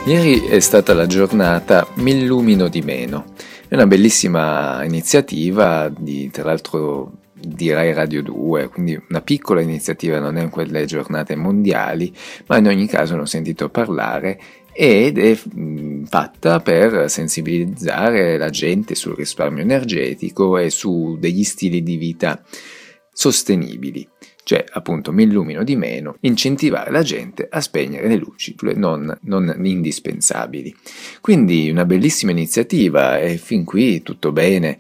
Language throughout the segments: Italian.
Ieri è stata la giornata Mi illumino di meno. È una bellissima iniziativa tra l'altro di Rai Radio 2, quindi una piccola iniziativa, non è in quelle giornate mondiali, ma in ogni caso ne ho sentito parlare ed è fatta per sensibilizzare la gente sul risparmio energetico e su degli stili di vita sostenibili. Cioè, appunto, mi illumino di meno, incentivare la gente a spegnere le luci non indispensabili. Quindi una bellissima iniziativa e fin qui tutto bene.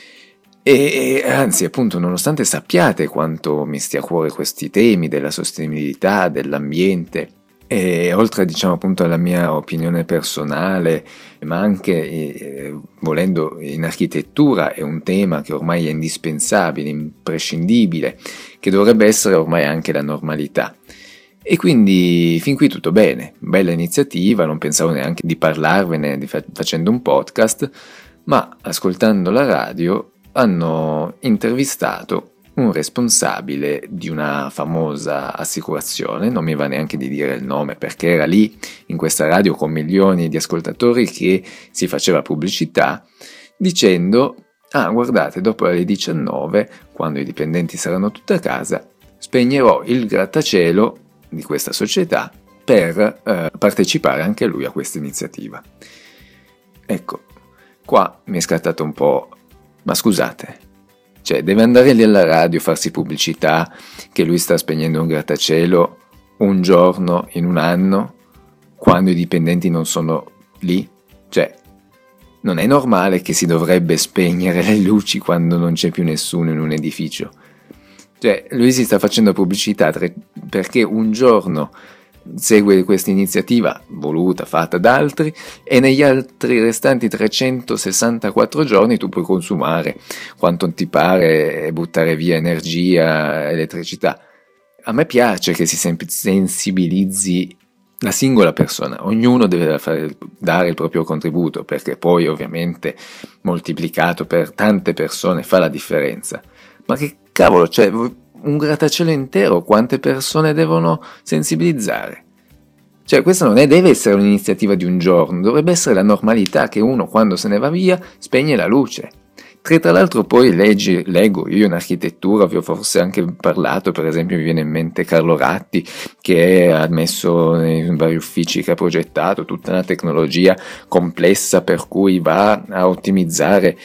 E anzi, appunto, nonostante sappiate quanto mi stia a cuore questi temi della sostenibilità, dell'ambiente, e oltre appunto alla mia opinione personale, ma anche volendo in architettura è un tema che ormai è indispensabile, imprescindibile, che dovrebbe essere ormai anche la normalità. E quindi fin qui tutto bene, bella iniziativa, non pensavo neanche di parlarvene facendo un podcast, ma ascoltando la radio hanno intervistato un responsabile di una famosa assicurazione, non mi va neanche di dire il nome perché era lì in questa radio con milioni di ascoltatori che si faceva pubblicità dicendo: guardate, dopo le 19, quando i dipendenti saranno tutti a casa, spegnerò il grattacielo di questa società per partecipare anche lui a questa iniziativa. Ecco, qua mi è scattato un po', ma scusate, cioè deve andare lì alla radio, farsi pubblicità che lui sta spegnendo un grattacielo un giorno in un anno quando i dipendenti non sono lì? Cioè, non è normale che si dovrebbe spegnere le luci quando non c'è più nessuno in un edificio. Cioè, lui si sta facendo pubblicità perché un giorno segue questa iniziativa voluta, fatta da altri, e negli altri restanti 364 giorni tu puoi consumare quanto ti pare e buttare via energia, elettricità. A me piace che si sensibilizzi la singola persona, ognuno deve dare il proprio contributo, perché poi ovviamente moltiplicato per tante persone fa la differenza. Ma che cavolo, cioè un grattacielo intero, quante persone devono sensibilizzare? Cioè, questa non deve essere un'iniziativa di un giorno, dovrebbe essere la normalità che uno quando se ne va via spegne la luce. Tra l'altro poi leggo io in architettura, vi ho forse anche parlato, per esempio mi viene in mente Carlo Ratti che ha messo nei vari uffici che ha progettato tutta una tecnologia complessa per cui va a ottimizzare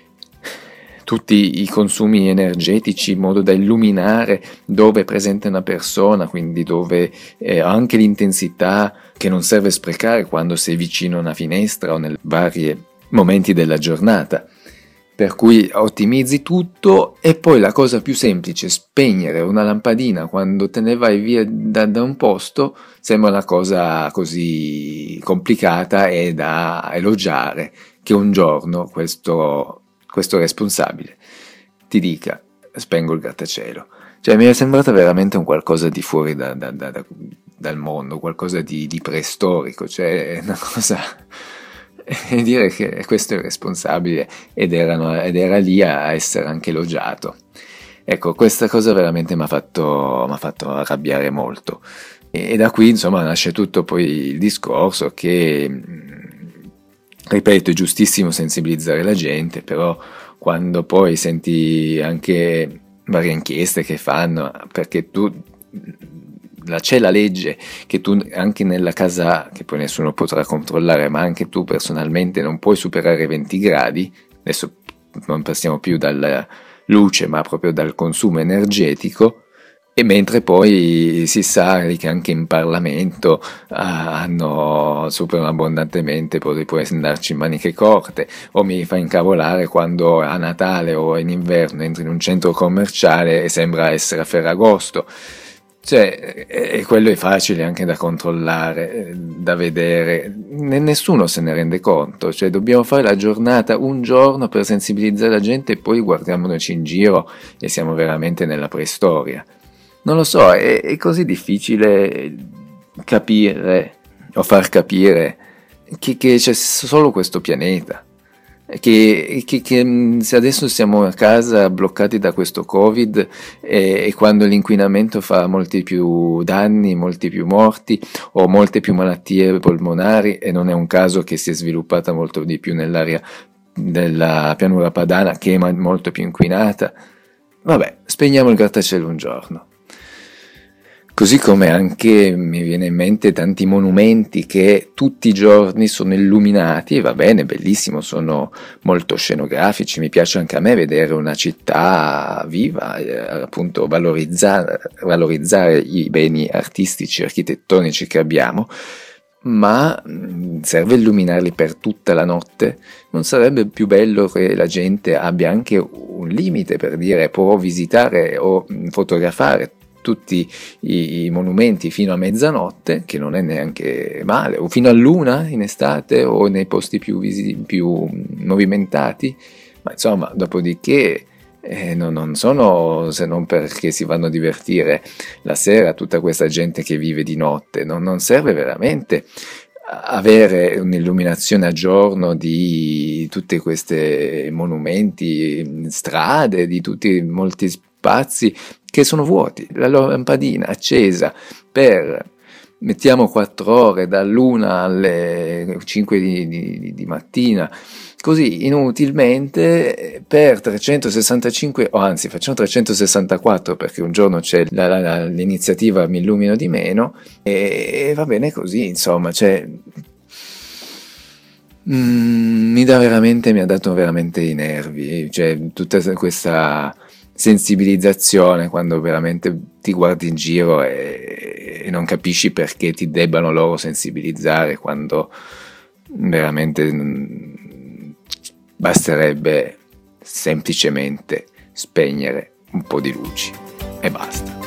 tutti i consumi energetici in modo da illuminare dove è presente una persona, quindi dove anche l'intensità che non serve sprecare quando sei vicino a una finestra o nei vari momenti della giornata. Per cui ottimizzi tutto e poi la cosa più semplice, spegnere una lampadina quando te ne vai via da un posto, sembra una cosa così complicata e da elogiare che un giorno questo responsabile ti dica spengo il grattacielo. Cioè mi è sembrata veramente un qualcosa di fuori dal mondo, qualcosa di preistorico, cioè una cosa, e dire che questo è il responsabile ed era lì a essere anche elogiato. Ecco, questa cosa veramente mi ha fatto arrabbiare molto e da qui insomma nasce tutto poi il discorso che, ripeto, è giustissimo sensibilizzare la gente, però quando poi senti anche varie inchieste che fanno, perché c'è la legge che tu anche nella casa, che poi nessuno potrà controllare, ma anche tu personalmente non puoi superare 20 gradi, adesso non passiamo più dalla luce ma proprio dal consumo energetico, e mentre poi si sa che anche in Parlamento superano abbondantemente, poi puoi andarci in maniche corte, o mi fa incavolare quando a Natale o in inverno entri in un centro commerciale e sembra essere a Ferragosto. Cioè, e quello è facile anche da controllare, da vedere, nessuno se ne rende conto, cioè dobbiamo fare la giornata un giorno per sensibilizzare la gente e poi guardiamoci in giro e siamo veramente nella preistoria. Non lo so, è così difficile capire o far capire che c'è solo questo pianeta. che se adesso siamo a casa bloccati da questo Covid e quando l'inquinamento fa molti più danni, molti più morti o molte più malattie polmonari, e non è un caso che si è sviluppata molto di più nell'area della pianura padana, che è molto più inquinata, vabbè, spegniamo il grattacielo un giorno. Così come anche mi viene in mente tanti monumenti che tutti i giorni sono illuminati, e va bene, bellissimo, sono molto scenografici, mi piace anche a me vedere una città viva, appunto valorizzare i beni artistici, architettonici che abbiamo, ma serve illuminarli per tutta la notte? Non sarebbe più bello che la gente abbia anche un limite per dire può visitare o fotografare tutti i monumenti fino a mezzanotte, che non è neanche male, o fino all'una in estate o nei posti più movimentati, ma insomma, dopodiché non sono, se non perché si vanno a divertire la sera, tutta questa gente che vive di notte, non serve veramente avere un'illuminazione a giorno di tutte queste monumenti, strade, di tutti molti spazi che sono vuoti, la loro lampadina accesa per, mettiamo 4 ore, dall'1 alle 5 di mattina, così inutilmente per 365, o anzi facciamo 364 perché un giorno c'è l'iniziativa Mi illumino di meno, e va bene così, insomma, cioè mi ha dato veramente i nervi, cioè tutta questa sensibilizzazione quando veramente ti guardi in giro e non capisci perché ti debbano loro sensibilizzare, quando veramente basterebbe semplicemente spegnere un po' di luci e basta.